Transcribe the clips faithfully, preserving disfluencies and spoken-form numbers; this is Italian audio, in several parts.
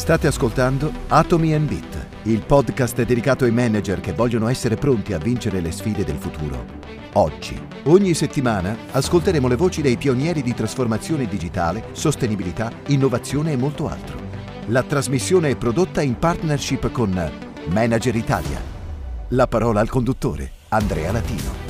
State ascoltando Atomi and Bit, il podcast dedicato ai manager che vogliono essere pronti a vincere le sfide del futuro. Oggi, ogni settimana, ascolteremo le voci dei pionieri di trasformazione digitale, sostenibilità, innovazione e molto altro. La trasmissione è prodotta in partnership con Manager Italia. La parola al conduttore, Andrea Latino.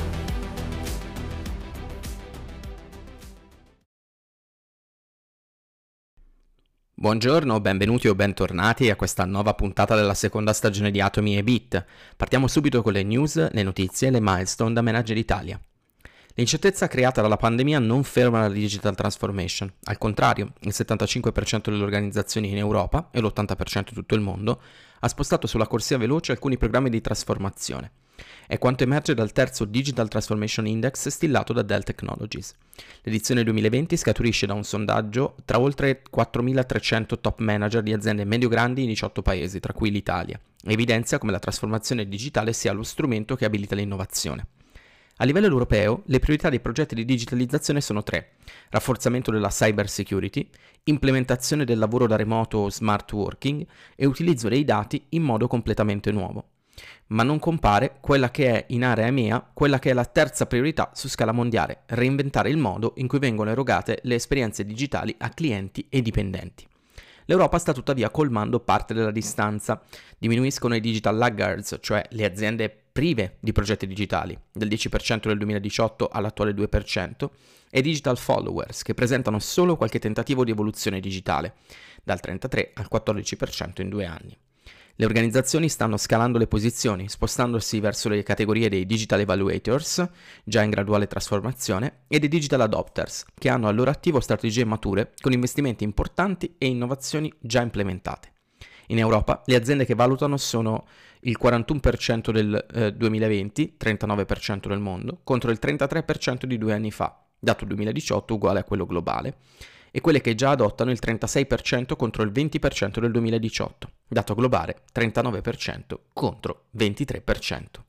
Buongiorno, benvenuti o bentornati a questa nuova puntata della seconda stagione di Atomi e Bit. Partiamo subito con le news, le notizie e le milestone da Manager Italia. L'incertezza creata dalla pandemia non ferma la digital transformation. Al contrario, il settantacinque per cento delle organizzazioni in Europa e l'ottanta per cento in tutto il mondo ha spostato sulla corsia veloce alcuni programmi di trasformazione. È quanto emerge dal terzo Digital Transformation Index stilato da Dell Technologies. L'edizione duemilaventi scaturisce da un sondaggio tra oltre quattromilatrecento top manager di aziende medio-grandi in diciotto paesi, tra cui l'Italia, e evidenzia come la trasformazione digitale sia lo strumento che abilita l'innovazione. A livello europeo, le priorità dei progetti di digitalizzazione sono tre: rafforzamento della cyber security, implementazione del lavoro da remoto o smart working e utilizzo dei dati in modo completamente nuovo. Ma non compare quella che è in area E M E A, quella che è la terza priorità su scala mondiale: reinventare il modo in cui vengono erogate le esperienze digitali a clienti e dipendenti. L'Europa sta tuttavia colmando parte della distanza. Diminuiscono i digital laggards, cioè le aziende prive di progetti digitali, del dieci per cento nel duemiladiciotto all'attuale due per cento, e i digital followers, che presentano solo qualche tentativo di evoluzione digitale, dal trentatré al quattordici per cento in due anni. Le organizzazioni stanno scalando le posizioni, spostandosi verso le categorie dei digital evaluators, già in graduale trasformazione, e dei digital adopters, che hanno al loro attivo strategie mature con investimenti importanti e innovazioni già implementate. In Europa le aziende che valutano sono il quarantuno per cento del eh, duemilaventi, trentanove per cento nel mondo, contro il trentatré per cento di due anni fa, dato duemiladiciotto uguale a quello globale, e quelle che già adottano il trentasei per cento contro il venti per cento del duemiladiciotto, dato globale trentanove per cento contro ventitré per cento.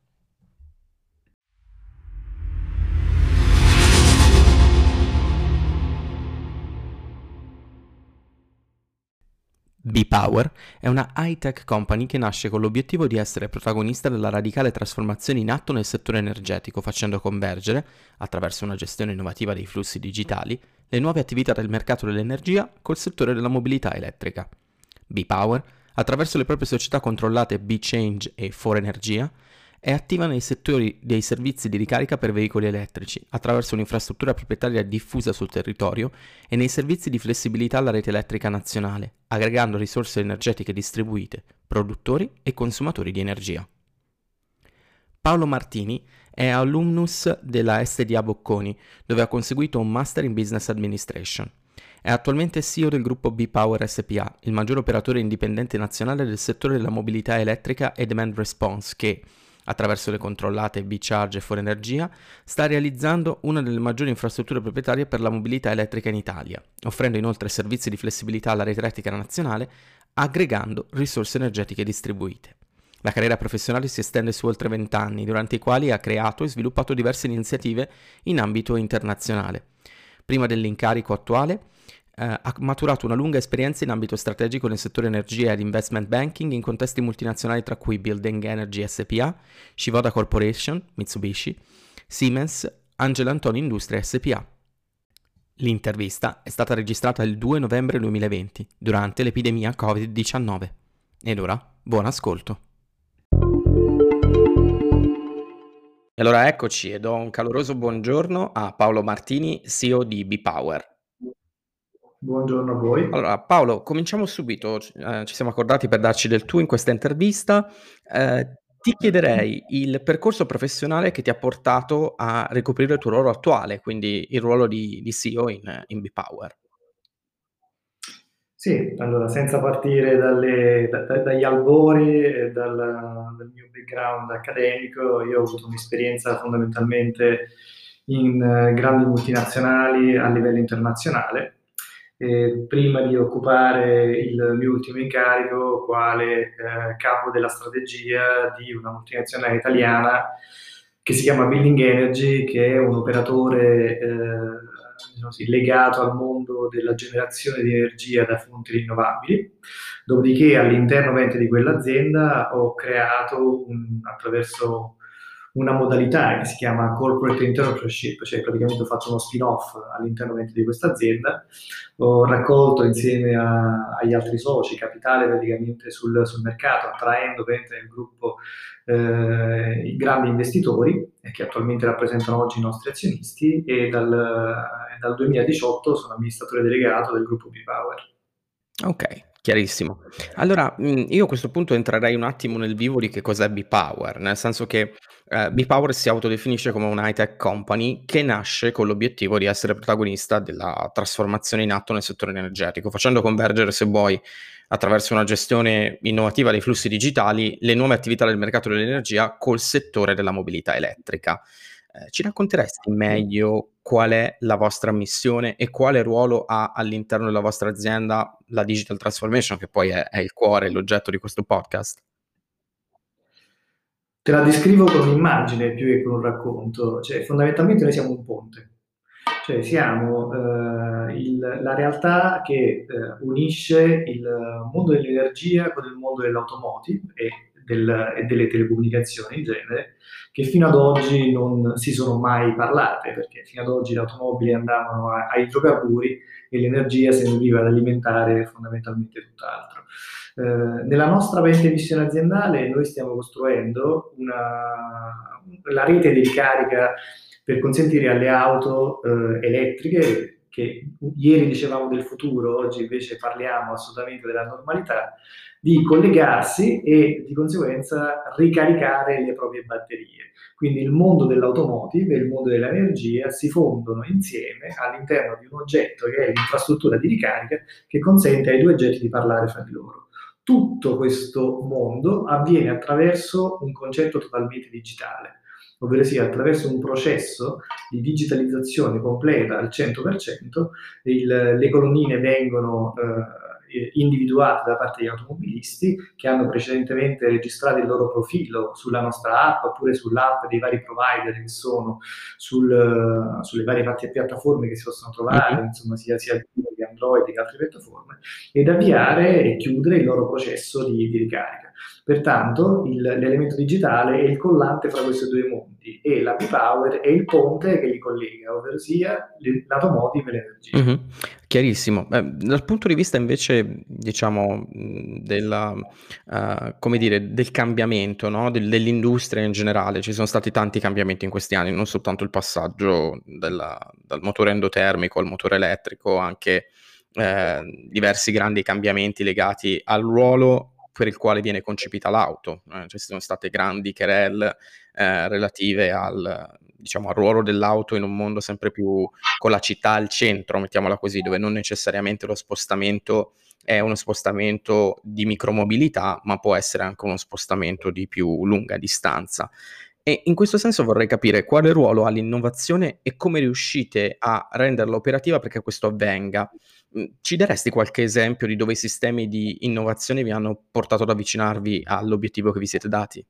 B-Power è una high-tech company che nasce con l'obiettivo di essere protagonista della radicale trasformazione in atto nel settore energetico, facendo convergere, attraverso una gestione innovativa dei flussi digitali, le nuove attività del mercato dell'energia col settore della mobilità elettrica. B-Power, attraverso le proprie società controllate B-Change e For Energia, è attiva nei settori dei servizi di ricarica per veicoli elettrici, attraverso un'infrastruttura proprietaria diffusa sul territorio, e nei servizi di flessibilità alla rete elettrica nazionale, aggregando risorse energetiche distribuite, produttori e consumatori di energia. Paolo Martini è alumnus della S D A Bocconi, dove ha conseguito un Master in Business Administration. È attualmente C E O del gruppo B-Power S P A, il maggiore operatore indipendente nazionale del settore della mobilità elettrica e demand response che, attraverso le controllate B-Charge e For Energia, sta realizzando una delle maggiori infrastrutture proprietarie per la mobilità elettrica in Italia, offrendo inoltre servizi di flessibilità alla rete elettrica nazionale, aggregando risorse energetiche distribuite. La carriera professionale si estende su oltre venti anni, durante i quali ha creato e sviluppato diverse iniziative in ambito internazionale. Prima dell'incarico attuale, Uh, ha maturato una lunga esperienza in ambito strategico nel settore energia ed investment banking in contesti multinazionali tra cui Building Energy S P A, Shivoda Corporation, Mitsubishi, Siemens, Angelo Antonio Industrie S P A. L'intervista è stata registrata il due novembre duemilaventi, durante l'epidemia covid diciannove. Ed ora, buon ascolto. E allora eccoci, e do un caloroso buongiorno a Paolo Martini, C E O di B-Power. Buongiorno a voi. Allora, Paolo, cominciamo subito. Eh, ci siamo accordati per darci del tu in questa intervista. Eh, ti chiederei il percorso professionale che ti ha portato a ricoprire il tuo ruolo attuale, quindi il ruolo di, di C E O in, in B-Power. Sì, allora, senza partire dalle, da, da, dagli albori e dal, dal mio background accademico, io ho avuto un'esperienza fondamentalmente in uh, grandi multinazionali a livello internazionale. Eh, prima di occupare il mio ultimo incarico quale eh, capo della strategia di una multinazionale italiana che si chiama Building Energy, che è un operatore eh, diciamo così, legato al mondo della generazione di energia da fonti rinnovabili. Dopodiché all'interno di quell'azienda ho creato un, attraverso una modalità che si chiama corporate entrepreneurship, cioè praticamente ho fatto uno spin-off all'interno di questa azienda, ho raccolto insieme a, agli altri soci capitale praticamente sul, sul mercato, attraendo nel gruppo eh, i grandi investitori eh, che attualmente rappresentano oggi i nostri azionisti, e dal, dal duemiladiciotto sono amministratore delegato del gruppo B-Power. Ok, chiarissimo. Allora, mh, io a questo punto entrerei un attimo nel vivo di che cos'è B-Power, nel senso che eh, B-Power si autodefinisce come una high-tech company che nasce con l'obiettivo di essere protagonista della trasformazione in atto nel settore energetico, facendo convergere, se vuoi, attraverso una gestione innovativa dei flussi digitali, le nuove attività del mercato dell'energia col settore della mobilità elettrica. Eh, ci racconteresti meglio qual è la vostra missione e quale ruolo ha all'interno della vostra azienda la digital transformation, che poi è, è il cuore, l'oggetto di questo podcast? Te la descrivo con un'immagine più che con un racconto, cioè fondamentalmente noi siamo un ponte, cioè siamo eh, il, la realtà che eh, unisce il mondo dell'energia con il mondo dell'automotive e, del, e delle telecomunicazioni in genere, che fino ad oggi non si sono mai parlate, perché fino ad oggi le automobili andavano a, a idrocarburi e l'energia serviva ad alimentare fondamentalmente tutt'altro. Eh, nella nostra vecchia missione aziendale noi stiamo costruendo una, la rete di ricarica per consentire alle auto eh, elettriche, che ieri dicevamo del futuro, oggi invece parliamo assolutamente della normalità, di collegarsi e di conseguenza ricaricare le proprie batterie. Quindi il mondo dell'automotive e il mondo dell'energia si fondono insieme all'interno di un oggetto che è l'infrastruttura di ricarica, che consente ai due oggetti di parlare fra di loro. Tutto questo mondo avviene attraverso un concetto totalmente digitale, ovvero sia attraverso un processo di digitalizzazione completa al cento per cento. Il, le colonnine vengono eh, individuate da parte degli automobilisti che hanno precedentemente registrato il loro profilo sulla nostra app oppure sull'app dei vari provider che sono sul, sulle varie piattaforme che si possono trovare, mm-hmm. insomma sia, sia di Android che altre piattaforme, ed avviare e chiudere il loro processo di, di ricarica. Pertanto il, l'elemento digitale è il collante fra questi due mondi e la B-Power è il ponte che li collega, ovvero sia l'automotive e l'energia. Mm-hmm. Chiarissimo. Eh, dal punto di vista invece, diciamo, della, uh, come dire, del cambiamento, no? Del, dell'industria in generale, ci sono stati tanti cambiamenti in questi anni, non soltanto il passaggio della, dal motore endotermico al motore elettrico, anche eh, diversi grandi cambiamenti legati al ruolo per il quale viene concepita l'auto. Eh, ci sono state grandi querelle eh, relative al, diciamo, al ruolo dell'auto in un mondo sempre più con la città al centro, mettiamola così, dove non necessariamente lo spostamento è uno spostamento di micromobilità, ma può essere anche uno spostamento di più lunga distanza. E in questo senso vorrei capire quale ruolo ha l'innovazione e come riuscite a renderla operativa perché questo avvenga. Ci daresti qualche esempio di dove i sistemi di innovazione vi hanno portato ad avvicinarvi all'obiettivo che vi siete dati?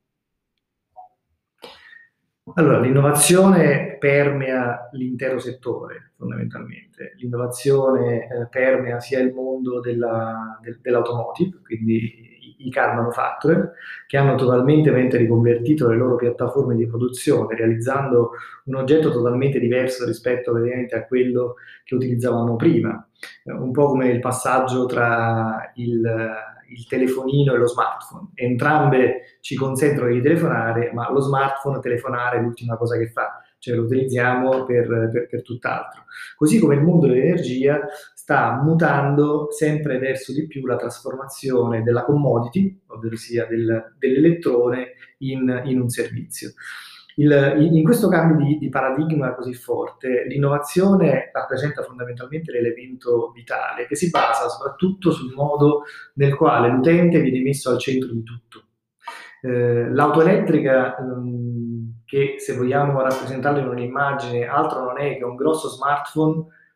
Allora, l'innovazione permea l'intero settore, fondamentalmente. L'innovazione eh, permea sia il mondo della, del, dell'automotive, quindi i car manufacturer, che hanno totalmente riconvertito le loro piattaforme di produzione, realizzando un oggetto totalmente diverso rispetto praticamente a quello che utilizzavano prima. Eh, un po' come il passaggio tra il... il telefonino e lo smartphone. Entrambe ci consentono di telefonare, ma lo smartphone, telefonare è l'ultima cosa che fa, cioè lo utilizziamo per, per, per tutt'altro. Così come il mondo dell'energia sta mutando sempre verso di più la trasformazione della commodity, ovvero sia del, dell'elettrone, in, in un servizio. Il, in questo cambio di, di paradigma così forte, l'innovazione rappresenta fondamentalmente l'elemento vitale che si basa soprattutto sul modo nel quale l'utente viene messo al centro di tutto. Eh, l'auto elettrica, ehm, che se vogliamo rappresentarla in un'immagine, altro non è che un grosso smartphone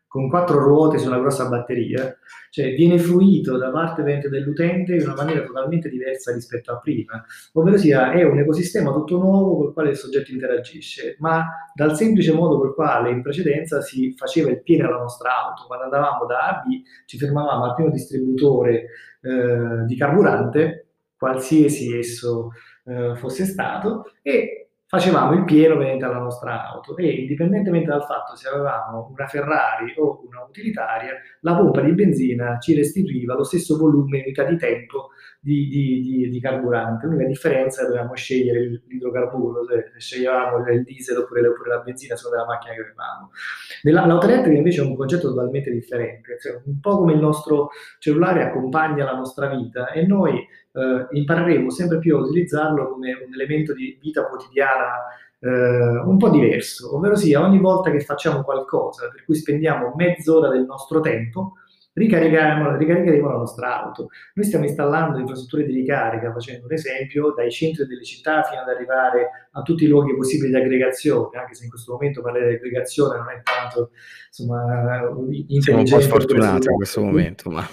con quattro ruote su una grossa batteria, cioè viene fruito da parte dell'utente in una maniera totalmente diversa rispetto a prima, ovvero sia è un ecosistema tutto nuovo col quale il soggetto interagisce, ma dal semplice modo col quale in precedenza si faceva il pieno alla nostra auto. Quando andavamo da A a B ci fermavamo al primo distributore eh, di carburante, qualsiasi esso eh, fosse stato, e facevamo il pieno ovviamente alla nostra auto, e indipendentemente dal fatto se avevamo una Ferrari o una utilitaria, la pompa di benzina ci restituiva lo stesso volume in unità di tempo di, di, di, di carburante. L'unica differenza è che dovevamo scegliere l'idrocarburo, se sceglievamo il diesel oppure, oppure la benzina sulla macchina che avevamo. L'auto elettrica invece è un concetto totalmente differente, cioè, un po' come il nostro cellulare accompagna la nostra vita, e noi eh, impareremo sempre più a utilizzarlo come un elemento di vita quotidiana eh, un po' diverso, ovvero sia ogni volta che facciamo qualcosa per cui spendiamo mezz'ora del nostro tempo, ricaricheremo, ricaricheremo la nostra auto. Noi stiamo installando infrastrutture di ricarica, facendo un esempio, dai centri delle città fino ad arrivare a tutti i luoghi possibili di aggregazione, anche se in questo momento parlare di aggregazione non è tanto, insomma, intelligente. Siamo un po' sfortunati in questo momento, ma...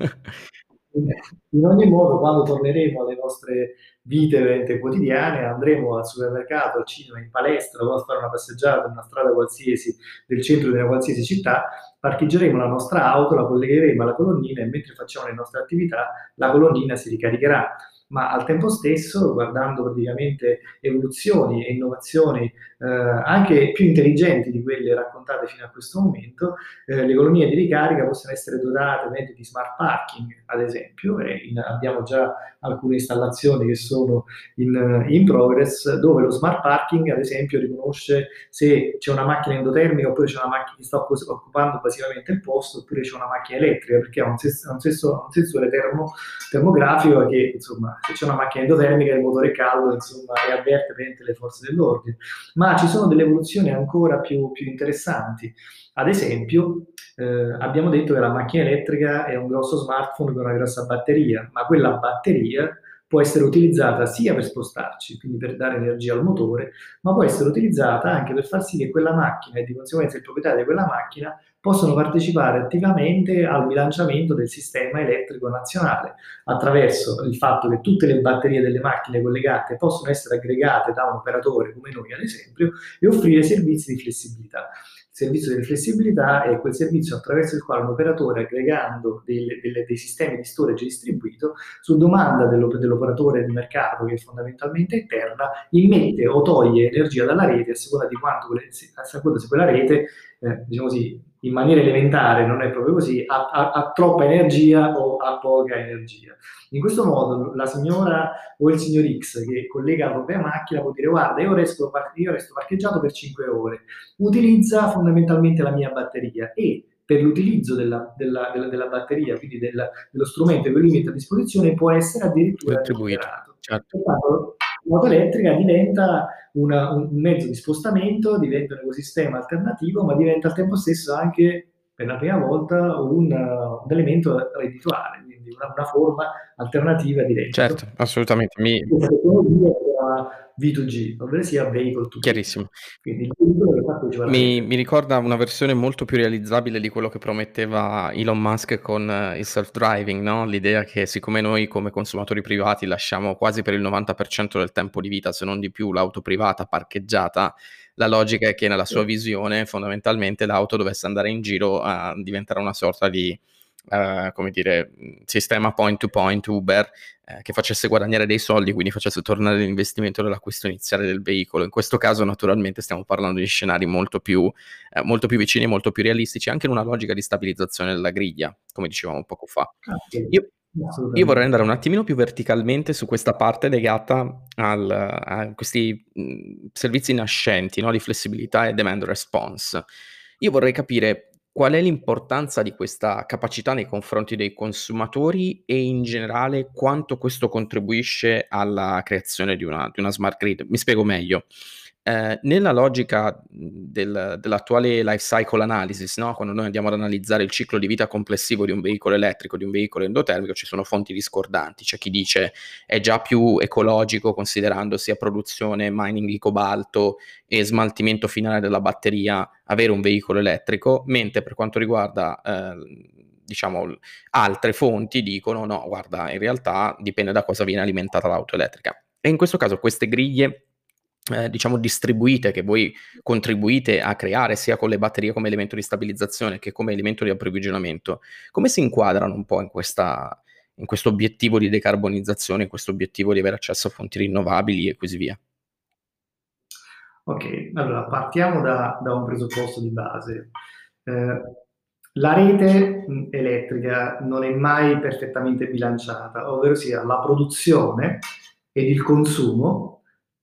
In ogni modo, quando torneremo alle nostre vite quotidiane, andremo al supermercato, al cinema, in palestra, o a fare una passeggiata in una strada qualsiasi del centro di una qualsiasi città, parcheggeremo la nostra auto, la collegheremo alla colonnina, e mentre facciamo le nostre attività la colonnina si ricaricherà. Ma al tempo stesso, guardando praticamente evoluzioni e innovazioni eh, anche più intelligenti di quelle raccontate fino a questo momento, eh, le colonnine di ricarica possono essere dotate di smart parking, ad esempio, e in, abbiamo già alcune installazioni che sono in, in progress, dove lo smart parking, ad esempio, riconosce se c'è una macchina endotermica oppure c'è una macchina che sta occupando passivamente il posto, oppure c'è una macchina elettrica, perché ha un, ses- un, sesso- un sensore termo- termografico che, insomma, se c'è una macchina endotermica il motore è caldo, insomma, e avverte le forze dell'ordine. Ma ci sono delle evoluzioni ancora più, più interessanti. Ad esempio, eh, abbiamo detto che la macchina elettrica è un grosso smartphone con una grossa batteria, ma quella batteria può essere utilizzata sia per spostarci, quindi per dare energia al motore, ma può essere utilizzata anche per far sì che quella macchina, e di conseguenza il proprietario di quella macchina, possono partecipare attivamente al bilanciamento del sistema elettrico nazionale, attraverso il fatto che tutte le batterie delle macchine collegate possono essere aggregate da un operatore come noi, ad esempio, e offrire servizi di flessibilità. Il servizio di flessibilità è quel servizio attraverso il quale un operatore, aggregando dei, dei, dei sistemi di storage distribuito, su domanda dell'op- dell'operatore di mercato, che fondamentalmente è interna, immette o toglie energia dalla rete a seconda di quanto, a seconda se quella rete, eh, diciamo così, in maniera elementare, non è proprio così, ha, ha, ha troppa energia o ha poca energia. In questo modo la signora o il signor X che collega la propria macchina può dire: guarda, io resto, io resto parcheggiato per cinque ore, utilizza fondamentalmente la mia batteria, e per l'utilizzo della, della, della, della batteria, quindi del, dello strumento che lui mette a disposizione, può essere addirittura remunerato. Certo. L'auto elettrica diventa una, un mezzo di spostamento, diventa un ecosistema alternativo, ma diventa al tempo stesso anche, per la prima volta, un, un elemento reddituale, quindi una, una forma alternativa di reddito. Certo, assolutamente. Mi... Questa tecnologia V due G, ovvero sia vehicle to Chiarissimo. Quindi, mi, mi ricorda una versione molto più realizzabile di quello che prometteva Elon Musk con uh, il self-driving, no? L'idea che siccome noi come consumatori privati lasciamo quasi per il novanta per cento del tempo di vita, se non di più, l'auto privata parcheggiata, la logica è che nella sua visione fondamentalmente l'auto dovesse andare in giro a diventare una sorta di Uh, come dire, sistema point to point Uber eh, che facesse guadagnare dei soldi, quindi facesse tornare l'investimento dell'acquisto iniziale del veicolo. In questo caso naturalmente stiamo parlando di scenari molto più, eh, molto più vicini, molto più realistici, anche in una logica di stabilizzazione della griglia, come dicevamo poco fa. Io, io vorrei andare un attimino più verticalmente su questa parte legata al, a questi mh, servizi nascenti, no, di flessibilità e demand response. Io vorrei capire qual è l'importanza di questa capacità nei confronti dei consumatori e in generale quanto questo contribuisce alla creazione di una, di una smart grid. Mi spiego meglio. Eh, nella logica del, dell'attuale life cycle analysis, no? Quando noi andiamo ad analizzare il ciclo di vita complessivo di un veicolo elettrico, di un veicolo endotermico, ci sono fonti discordanti. C'è chi dice è già più ecologico, considerando sia produzione, mining di cobalto e smaltimento finale della batteria, avere un veicolo elettrico, mentre per quanto riguarda eh, diciamo altre fonti dicono no, guarda, in realtà dipende da cosa viene alimentata l'auto elettrica. E in questo caso queste griglie Eh, diciamo distribuite che voi contribuite a creare sia con le batterie come elemento di stabilizzazione che come elemento di approvvigionamento, come si inquadrano un po' in questa in questo obiettivo di decarbonizzazione, in questo obiettivo di avere accesso a fonti rinnovabili e così via? Ok, allora partiamo da, da un presupposto di base. Eh, la rete mh, elettrica non è mai perfettamente bilanciata, ovvero sia la produzione ed il consumo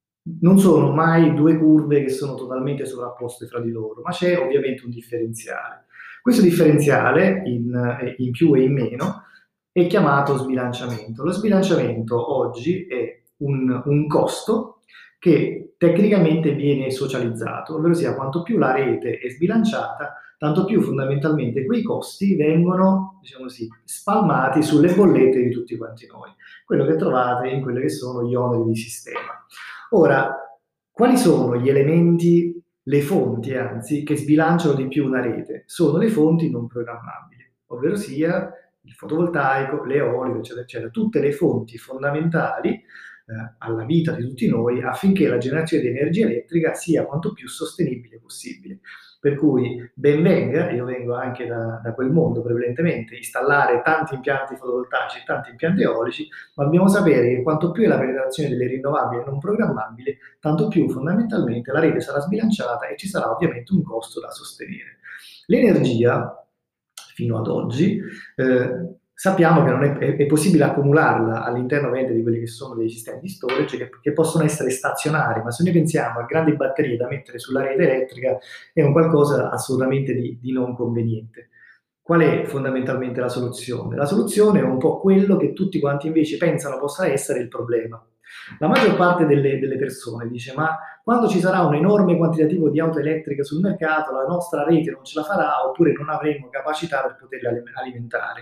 non sono mai due curve che sono totalmente sovrapposte fra di loro, ma c'è ovviamente un differenziale. Questo differenziale, in, in più e in meno, è chiamato sbilanciamento. Lo sbilanciamento oggi è un, un costo che tecnicamente viene socializzato, ovvero sia quanto più la rete è sbilanciata, tanto più fondamentalmente quei costi vengono, diciamo così, spalmati sulle bollette di tutti quanti noi, quello che trovate in quelli che sono gli oneri di sistema. Ora, quali sono gli elementi, le fonti anzi, che sbilanciano di più una rete? Sono le fonti non programmabili, ovvero sia il fotovoltaico, l'eolico, eccetera, eccetera, tutte le fonti fondamentali eh, alla vita di tutti noi affinché la generazione di energia elettrica sia quanto più sostenibile possibile. Per cui ben venga, io vengo anche da, da quel mondo prevalentemente, installare tanti impianti fotovoltaici e tanti impianti eolici, ma dobbiamo sapere che quanto più è la penetrazione delle rinnovabili non programmabili, tanto più fondamentalmente la rete sarà sbilanciata e ci sarà ovviamente un costo da sostenere. L'energia, fino ad oggi, eh, sappiamo che non è, è, è possibile accumularla all'interno di quelli che sono dei sistemi di storage che, che possono essere stazionari, ma se noi pensiamo a grandi batterie da mettere sulla rete elettrica è un qualcosa assolutamente di, di non conveniente. Qual è fondamentalmente la soluzione? La soluzione è un po' quello che tutti quanti invece pensano possa essere il problema. La maggior parte delle, delle persone dice ma quando ci sarà un enorme quantitativo di auto elettriche sul mercato la nostra rete non ce la farà oppure non avremo capacità per poterle alimentare.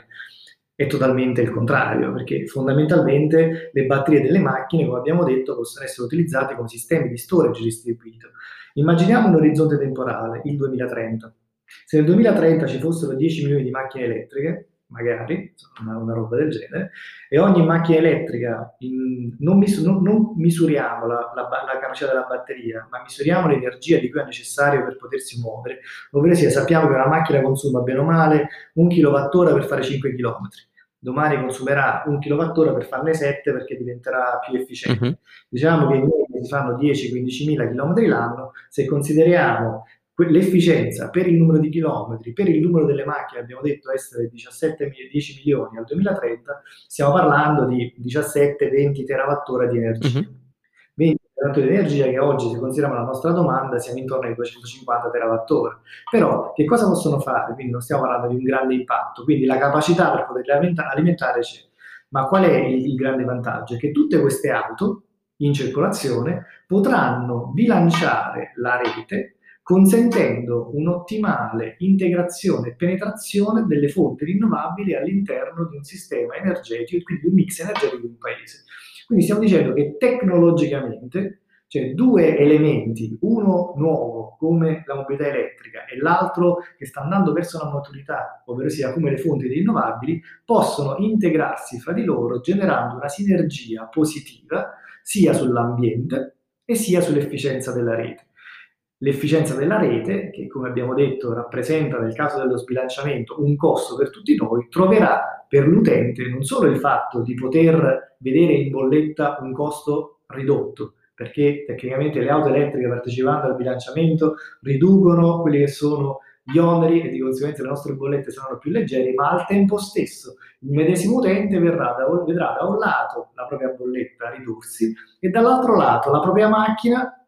È totalmente il contrario, perché fondamentalmente le batterie delle macchine, come abbiamo detto, possono essere utilizzate come sistemi di storage distribuito. Immaginiamo un orizzonte temporale, il duemilatrenta. Se nel duemilatrenta ci fossero dieci milioni di macchine elettriche, magari, una, una roba del genere, e ogni macchina elettrica, in, non, mis, non, non misuriamo la, la, la capacità della batteria, ma misuriamo l'energia di cui è necessario per potersi muovere, ovvero sia sappiamo che una macchina consuma bene o male un kilowattora per fare cinque chilometri. Domani consumerà un kilowattora per farne sette perché diventerà più efficiente. Uh-huh. Diciamo che in media si fanno dieci quindici mila chilometri l'anno, se consideriamo l'efficienza per il numero di chilometri, per il numero delle macchine, abbiamo detto essere diciassette dieci milioni al duemilatrenta, stiamo parlando di diciassette venti terawattora di energia. Uh-huh. venti terawattora di energia che oggi, se consideriamo la nostra domanda, siamo intorno ai duecentocinquanta terawattora. Però, che cosa possono fare? Quindi non stiamo parlando di un grande impatto, quindi la capacità per poterli alimentare c'è. Ma qual è il, il grande vantaggio? È che tutte queste auto in circolazione potranno bilanciare la rete consentendo un'ottimale integrazione e penetrazione delle fonti rinnovabili all'interno di un sistema energetico, quindi un mix energetico di un paese. Quindi stiamo dicendo che tecnologicamente, cioè due elementi, uno nuovo come la mobilità elettrica e l'altro che sta andando verso la maturità, ovvero sia come le fonti rinnovabili, possono integrarsi fra di loro generando una sinergia positiva sia sull'ambiente e sia sull'efficienza della rete. L'efficienza della rete, che come abbiamo detto rappresenta nel caso dello sbilanciamento un costo per tutti noi, troverà per l'utente non solo il fatto di poter vedere in bolletta un costo ridotto, perché tecnicamente le auto elettriche partecipando al bilanciamento riducono quelli che sono gli oneri e di conseguenza le nostre bollette saranno più leggere, ma al tempo stesso il medesimo utente verrà da, vedrà da un lato la propria bolletta ridursi e dall'altro lato la propria macchina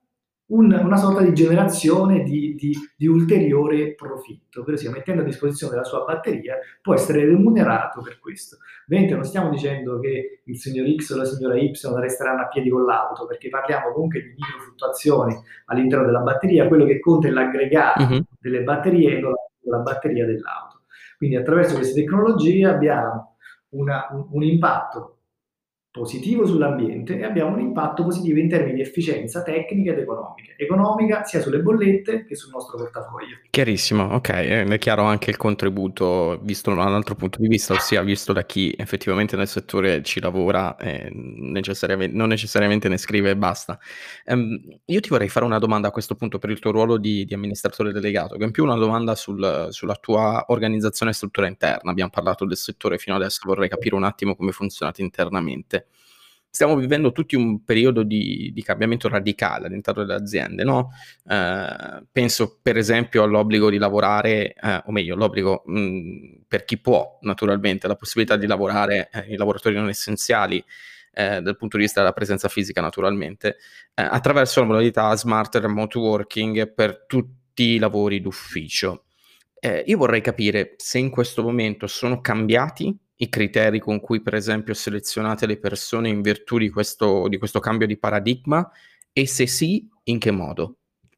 un, una sorta di generazione di, di, di ulteriore profitto, ovvero sia mettendo a disposizione la sua batteria può essere remunerato per questo. Ovviamente non stiamo dicendo che il signor X o la signora Y resteranno a piedi con l'auto, perché parliamo comunque di microfluttuazioni all'interno della batteria, quello che conta è l'aggregato Mhm. delle batterie e non la batteria dell'auto. Quindi attraverso queste tecnologie abbiamo una, un, un impatto positivo sull'ambiente e abbiamo un impatto positivo in termini di efficienza tecnica ed economica, economica sia sulle bollette che sul nostro portafoglio. Chiarissimo, ok, eh, è chiaro anche il contributo visto da un altro punto di vista, ossia visto da chi effettivamente nel settore ci lavora, eh, necessariamente, non necessariamente ne scrive e basta. Ehm, io ti vorrei fare una domanda a questo punto per il tuo ruolo di, di amministratore delegato, che è in più una domanda sul- sulla tua organizzazione e struttura interna. Abbiamo parlato del settore fino adesso, vorrei capire un attimo come funzionate internamente. Stiamo vivendo tutti un periodo di, di cambiamento radicale all'interno delle aziende, no? Eh, penso per esempio all'obbligo di lavorare, eh, o meglio, l'obbligo mh, per chi può, naturalmente, la possibilità di lavorare, eh, i lavoratori non essenziali, eh, dal punto di vista della presenza fisica, naturalmente, eh, attraverso la modalità smart remote working per tutti i lavori d'ufficio. Eh, io vorrei capire se in questo momento sono cambiati i criteri con cui, per esempio, selezionate le persone in virtù di questo, di questo cambio di paradigma e se sì, in che modo?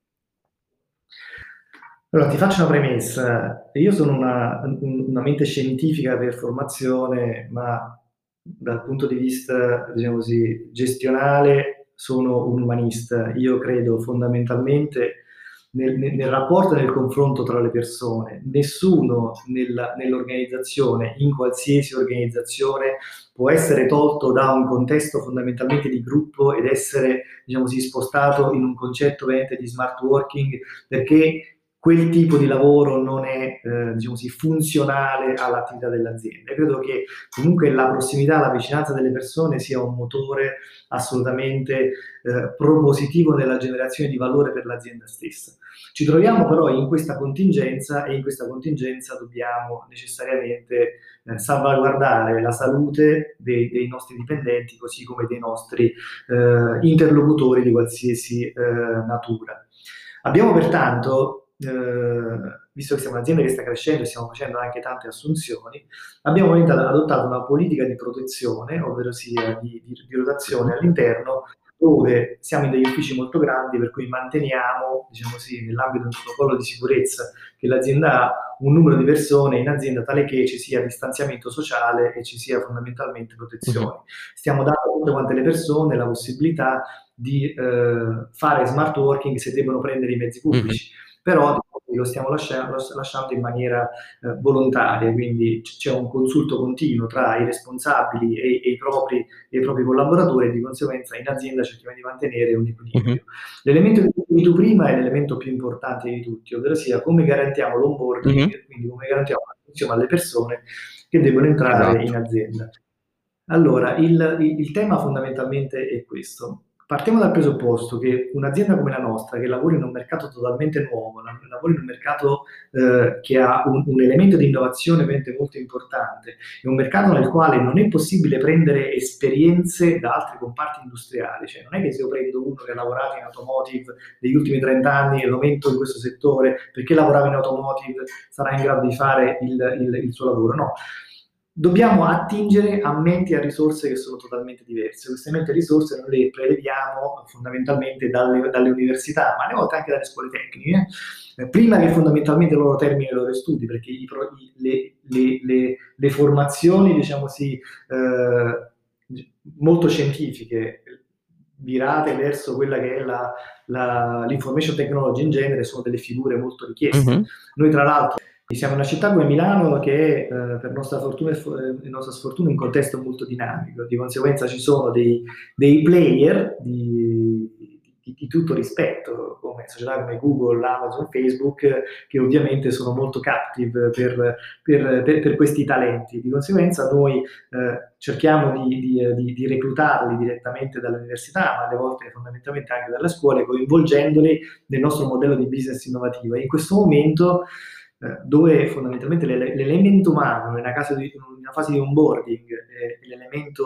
Allora, ti faccio una premessa. Io sono una, una mente scientifica per formazione, ma dal punto di vista, diciamo così, gestionale sono un umanista. Io credo fondamentalmente nel, nel- nel rapporto e nel confronto tra le persone. Nessuno nella- nell'organizzazione, in qualsiasi organizzazione, può essere tolto da un contesto fondamentalmente di gruppo ed essere, diciamo così, spostato in un concetto veramente di smart working, perché quel tipo di lavoro non è, eh, diciamo così, funzionale all'attività dell'azienda. E credo che comunque la prossimità, la vicinanza delle persone sia un motore assolutamente eh, propositivo nella generazione di valore per l'azienda stessa. Ci troviamo però in questa contingenza e in questa contingenza dobbiamo necessariamente eh, salvaguardare la salute dei, dei nostri dipendenti, così come dei nostri eh, interlocutori di qualsiasi eh, natura. Abbiamo pertanto, eh, visto che siamo un'azienda che sta crescendo e stiamo facendo anche tante assunzioni, abbiamo adottato una politica di protezione, ovvero sia di, di, di rotazione all'interno, dove siamo in degli uffici molto grandi, per cui manteniamo, diciamo così, nell'ambito di un protocollo di sicurezza che l'azienda ha, un numero di persone in azienda tale che ci sia distanziamento sociale e ci sia fondamentalmente protezione. Mhm. Stiamo dando a tutte quante le persone la possibilità di eh, fare smart working se debbono prendere i mezzi Mhm. pubblici, però lo stiamo lasciando, lasciando in maniera eh, volontaria, quindi c- c'è un consulto continuo tra i responsabili e, e i propri, e i propri collaboratori e di conseguenza in azienda cerchiamo di mantenere un Mhm. equilibrio. L'elemento che dicevi tu prima è l'elemento più importante di tutti, ovvero sia come garantiamo l'onboarding, Mhm. quindi come garantiamo l'attenzione alle persone che devono entrare in Esatto. azienda. Allora, il, il- il tema fondamentalmente è questo. Partiamo dal presupposto che un'azienda come la nostra, che lavora in un mercato totalmente nuovo, la- lavora in un mercato eh, che ha un, un elemento di innovazione veramente molto importante, è un mercato nel quale non è possibile prendere esperienze da altri comparti industriali, cioè non è che se io prendo uno che ha lavorato in automotive negli ultimi trenta anni e lo metto in questo settore perché lavorava in automotive sarà in grado di fare il, il- il suo lavoro, no. Dobbiamo attingere a menti e a risorse che sono totalmente diverse. Queste menti e risorse noi le preleviamo fondamentalmente dalle, dalle università, ma alle volte anche dalle scuole tecniche, eh, prima che fondamentalmente loro terminino i loro studi, perché i pro- i- le, le- le- le formazioni, diciamo così, eh, molto scientifiche, virate verso quella che è la, la- l'information technology in genere, sono delle figure molto richieste. Mhm. Noi tra l'altro siamo una città come Milano che è, eh, per nostra fortuna e fo- eh, nostra sfortuna, un contesto molto dinamico, di conseguenza ci sono dei, dei player di, di- di tutto rispetto, come società come Google, Amazon, Facebook, eh, che ovviamente sono molto captive per, per- per- per questi talenti. Di conseguenza noi eh, cerchiamo di, di- eh, di- di reclutarli direttamente dall'università, ma alle volte fondamentalmente anche dalle scuole, coinvolgendoli nel nostro modello di business innovativo. E in questo momento eh, dove fondamentalmente l'ele- l'elemento umano in una, casa di- in una fase di onboarding è l'elemento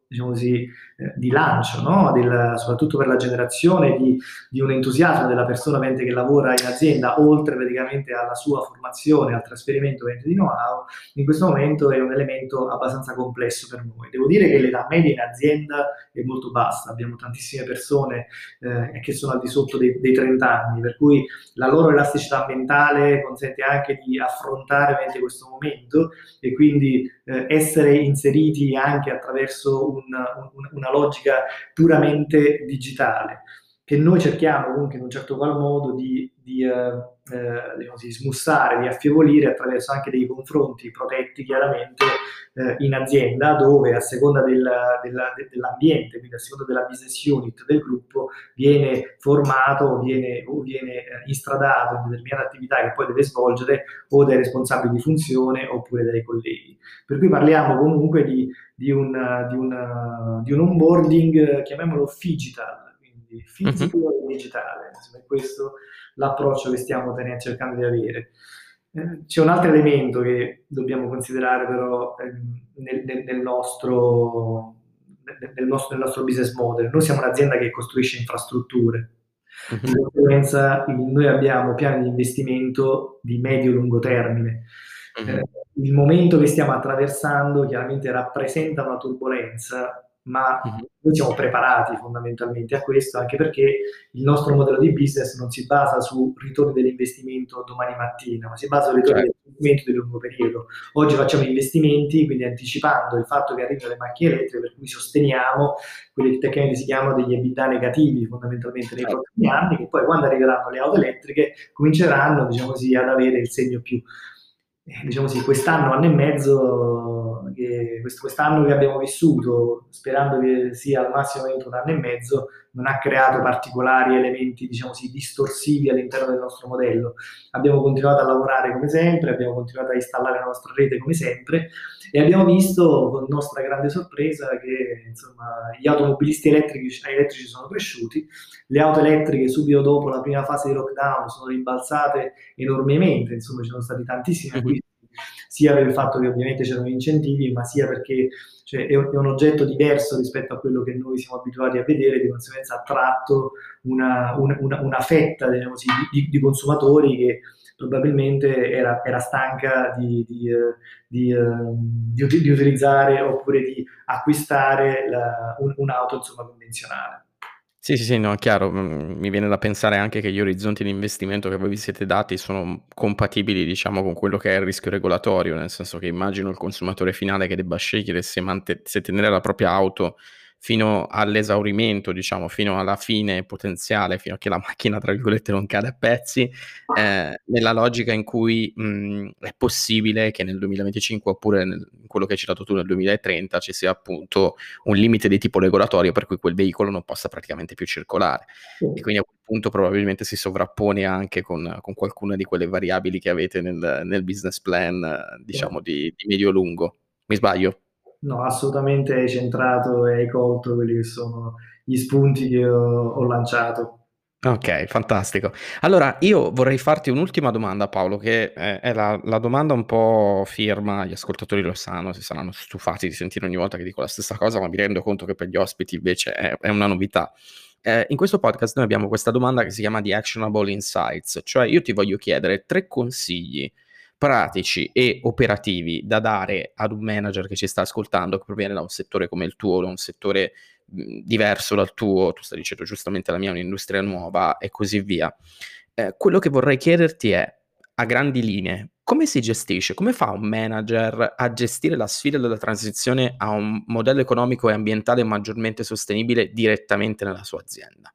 diciamo così, eh, di lancio, no? Del, soprattutto per la generazione di, di un entusiasmo della persona mente che lavora in azienda, oltre praticamente alla sua formazione, al trasferimento di know-how, in questo momento è un elemento abbastanza complesso per noi. Devo dire che l'età media in azienda è molto bassa, abbiamo tantissime persone eh, che sono al di sotto dei, dei trenta anni, per cui la loro elasticità mentale consente anche di affrontare questo momento e quindi eh, essere inseriti anche attraverso un, un, una logica puramente digitale, che noi cerchiamo comunque in un certo qual modo di, di, eh, eh, diciamo così, smussare, di affievolire attraverso anche dei confronti protetti chiaramente eh, in azienda, dove a seconda del, della, de, dell'ambiente, quindi a seconda della business unit del gruppo, viene formato o viene, o viene eh, instradato in determinate attività che poi deve svolgere o dai responsabili di funzione oppure dai colleghi. Per cui parliamo comunque di, di, un, di, un, di un onboarding, chiamiamolo digital, fisico uh-huh. e digitale. Insomma, è questo l'approccio che stiamo tenendo, cercando di avere. Eh, c'è un altro elemento che dobbiamo considerare però ehm, nel, nel, nel, nostro, nel, nostro, nel nostro business model. Noi siamo un'azienda che costruisce infrastrutture. Uh-huh. Di conseguenza noi abbiamo piani di investimento di medio-lungo termine. Uh-huh. Eh, il momento che stiamo attraversando chiaramente rappresenta una turbolenza, ma uh-huh. noi siamo preparati fondamentalmente a questo, anche perché il nostro modello di business non si basa su ritorni dell'investimento domani mattina, ma si basa su ritorni certo. dell'investimento di lungo periodo. Oggi facciamo investimenti, quindi anticipando il fatto che arrivino le macchine elettriche, per cui sosteniamo quelli che tecnicamente si chiamano degli EBITDA negativi fondamentalmente nei certo. prossimi anni, che poi quando arriveranno le auto elettriche cominceranno, diciamo così, ad avere il segno più, eh, diciamo così, quest'anno, anno e mezzo, che questo, quest'anno che abbiamo vissuto, sperando che sia al massimo entro un anno e mezzo, non ha creato particolari elementi, diciamo così, distorsivi all'interno del nostro modello. Abbiamo continuato a lavorare come sempre, abbiamo continuato a installare la nostra rete come sempre e abbiamo visto con nostra grande sorpresa che insomma gli automobilisti elettrici, elettrici sono cresciuti, le auto elettriche subito dopo la prima fase di lockdown sono rimbalzate enormemente, insomma ci sono stati tantissimi acquisti, sia per il fatto che ovviamente c'erano incentivi, ma sia perché cioè, è, un, è un oggetto diverso rispetto a quello che noi siamo abituati a vedere, di conseguenza ha attratto una, una, una, una fetta, diciamo così, di, di consumatori che probabilmente era, era stanca di, di, di, di, di, di utilizzare oppure di acquistare la, un, un'auto insomma convenzionale. Sì, sì, sì, no, chiaro, mi viene da pensare anche che gli orizzonti di investimento che voi vi siete dati sono compatibili, diciamo, con quello che è il rischio regolatorio, nel senso che immagino il consumatore finale che debba scegliere se, mant- se tenere la propria auto fino all'esaurimento, diciamo, fino alla fine potenziale, fino a che la macchina, tra virgolette, non cade a pezzi, eh, nella logica in cui mh, è possibile che nel duemilaventicinque oppure nel, in quello che hai citato tu nel duemilatrenta ci sia appunto un limite di tipo regolatorio per cui quel veicolo non possa praticamente più circolare. Sì. E quindi a quel punto probabilmente si sovrappone anche con, con qualcuna di quelle variabili che avete nel, nel business plan, diciamo, sì. di, di medio-lungo. Mi sbaglio? No, assolutamente hai centrato e hai colto quelli che sono gli spunti che ho, ho lanciato. Ok, fantastico. Allora, io vorrei farti un'ultima domanda, Paolo, che è, è la, la domanda un po' firma, gli ascoltatori lo sanno, si saranno stufati di sentire ogni volta che dico la stessa cosa, ma mi rendo conto che per gli ospiti invece è, è una novità. Eh, in questo podcast noi abbiamo questa domanda che si chiama The Actionable Insights, cioè io ti voglio chiedere tre consigli pratici e operativi da dare ad un manager che ci sta ascoltando, che proviene da un settore come il tuo, da un settore mh, diverso dal tuo, tu stai dicendo giustamente la mia è un'industria nuova e così via. Eh, quello che vorrei chiederti è, a grandi linee, come si gestisce, come fa un manager a gestire la sfida della transizione a un modello economico e ambientale maggiormente sostenibile direttamente nella sua azienda?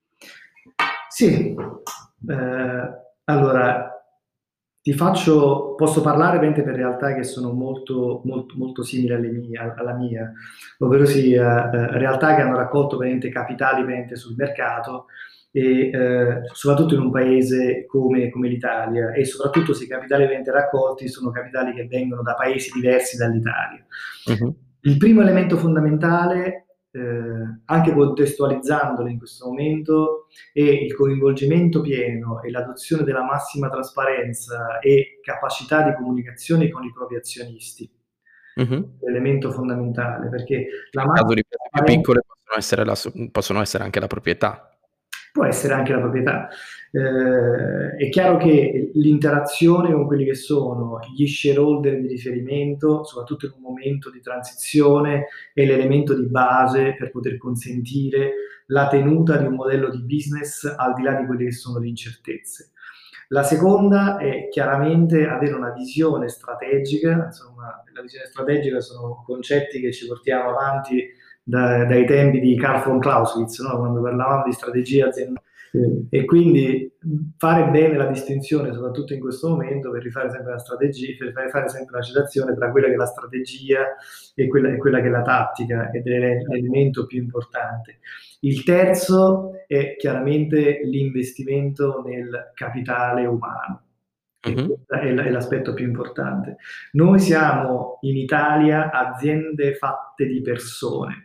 Sì, eh, allora ti faccio, posso parlare ovviamente per realtà che sono molto, molto, molto simili alle mie, alla mia, ovvero sì, eh, realtà che hanno raccolto veramente capitali veramente sul mercato e eh, soprattutto in un paese come, come l'Italia, e soprattutto se i capitali veramente raccolti sono capitali che vengono da paesi diversi dall'Italia. Uh-huh. Il primo elemento fondamentale, Eh, anche contestualizzandolo in questo momento, è il coinvolgimento pieno e l'adozione della massima trasparenza e capacità di comunicazione con i propri azionisti. Mm-hmm. L'elemento fondamentale, perché la in caso di più piccole possono essere, la, possono essere anche la proprietà. Può essere anche la proprietà. Eh, è chiaro che l'interazione con quelli che sono gli shareholder di riferimento, soprattutto in un momento di transizione, è l'elemento di base per poter consentire la tenuta di un modello di business al di là di quelle che sono le incertezze. La seconda è chiaramente avere una visione strategica. Insomma, la visione strategica sono concetti che ci portiamo avanti da, dai tempi di Carl von Clausewitz, no? Quando parlavamo di strategia aziendale. E quindi fare bene la distinzione, soprattutto in questo momento, per rifare sempre la strategia, per fare sempre la citazione tra quella che è la strategia e quella, e quella che è la tattica, ed è l'elemento più importante. Il terzo è chiaramente l'investimento nel capitale umano. Mm-hmm. È, è l'aspetto più importante. Noi siamo in Italia aziende fatte di persone,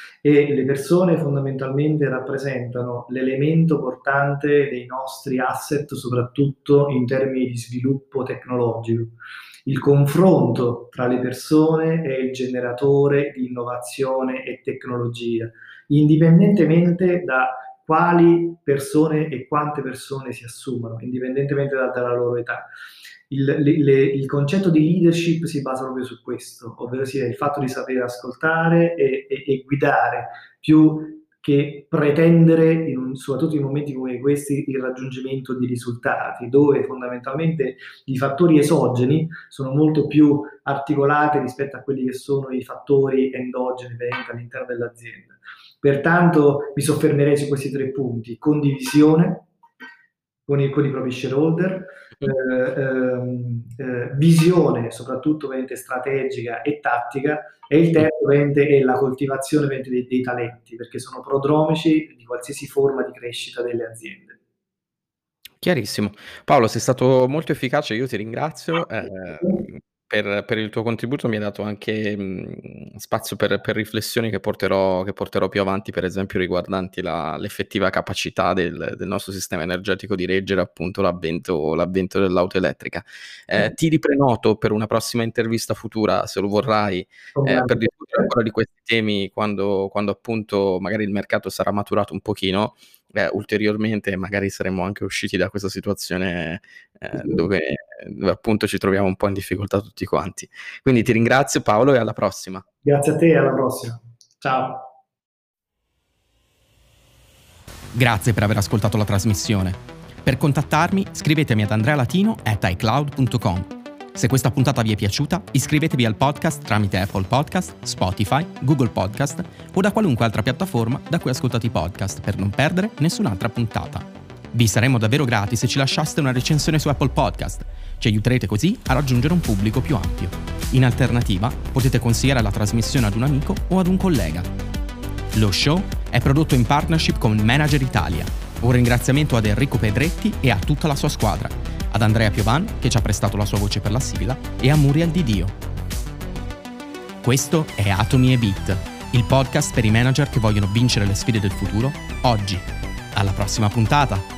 e le persone fondamentalmente rappresentano l'elemento portante dei nostri asset, soprattutto in termini di sviluppo tecnologico. Il confronto tra le persone è il generatore di innovazione e tecnologia, indipendentemente da quali persone e quante persone si assumano, indipendentemente da, dalla loro età. Il, le, il concetto di leadership si basa proprio su questo, ovvero sia il fatto di sapere ascoltare e, e, e guidare, più che pretendere, in un, soprattutto in momenti come questi, il raggiungimento di risultati, dove fondamentalmente i fattori esogeni sono molto più articolati rispetto a quelli che sono i fattori endogeni all'interno dell'azienda. Pertanto mi soffermerei su questi tre punti: condivisione con i, con i propri shareholder, eh, ehm, eh, visione soprattutto strategica e tattica, e il terzo è la coltivazione dei, dei talenti, perché sono prodromici di qualsiasi forma di crescita delle aziende. Chiarissimo. Paolo, sei stato molto efficace, io ti ringrazio. Eh, per, per il tuo contributo mi hai dato anche mh, spazio per, per riflessioni che porterò, che porterò più avanti, per esempio riguardanti la, l'effettiva capacità del, del nostro sistema energetico di reggere appunto l'avvento, l'avvento dell'auto elettrica. Eh, ti riprenoto per una prossima intervista futura, se lo vorrai, eh, per discutere ancora di questi temi quando, quando appunto magari il mercato sarà maturato un pochino. Eh, ulteriormente magari saremo anche usciti da questa situazione eh, dove, dove appunto ci troviamo un po' in difficoltà tutti quanti. Quindi ti ringrazio Paolo e alla prossima. Grazie a te e alla prossima. Ciao. Grazie per aver ascoltato la trasmissione. Per contattarmi scrivetemi ad andrealatino at icloud punto com. Se questa puntata vi è piaciuta, iscrivetevi al podcast tramite Apple Podcast, Spotify, Google Podcast o da qualunque altra piattaforma da cui ascoltate i podcast per non perdere nessun'altra puntata. Vi saremmo davvero grati se ci lasciaste una recensione su Apple Podcast. Ci aiuterete così a raggiungere un pubblico più ampio. In alternativa, potete consigliare la trasmissione ad un amico o ad un collega. Lo show è prodotto in partnership con Manager Italia. Un ringraziamento ad Enrico Pedretti e a tutta la sua squadra, ad Andrea Piovan, che ci ha prestato la sua voce per la sigla, e a Muriel Di Dio. Questo è Atomi e Bit, il podcast per i manager che vogliono vincere le sfide del futuro oggi. Alla prossima puntata!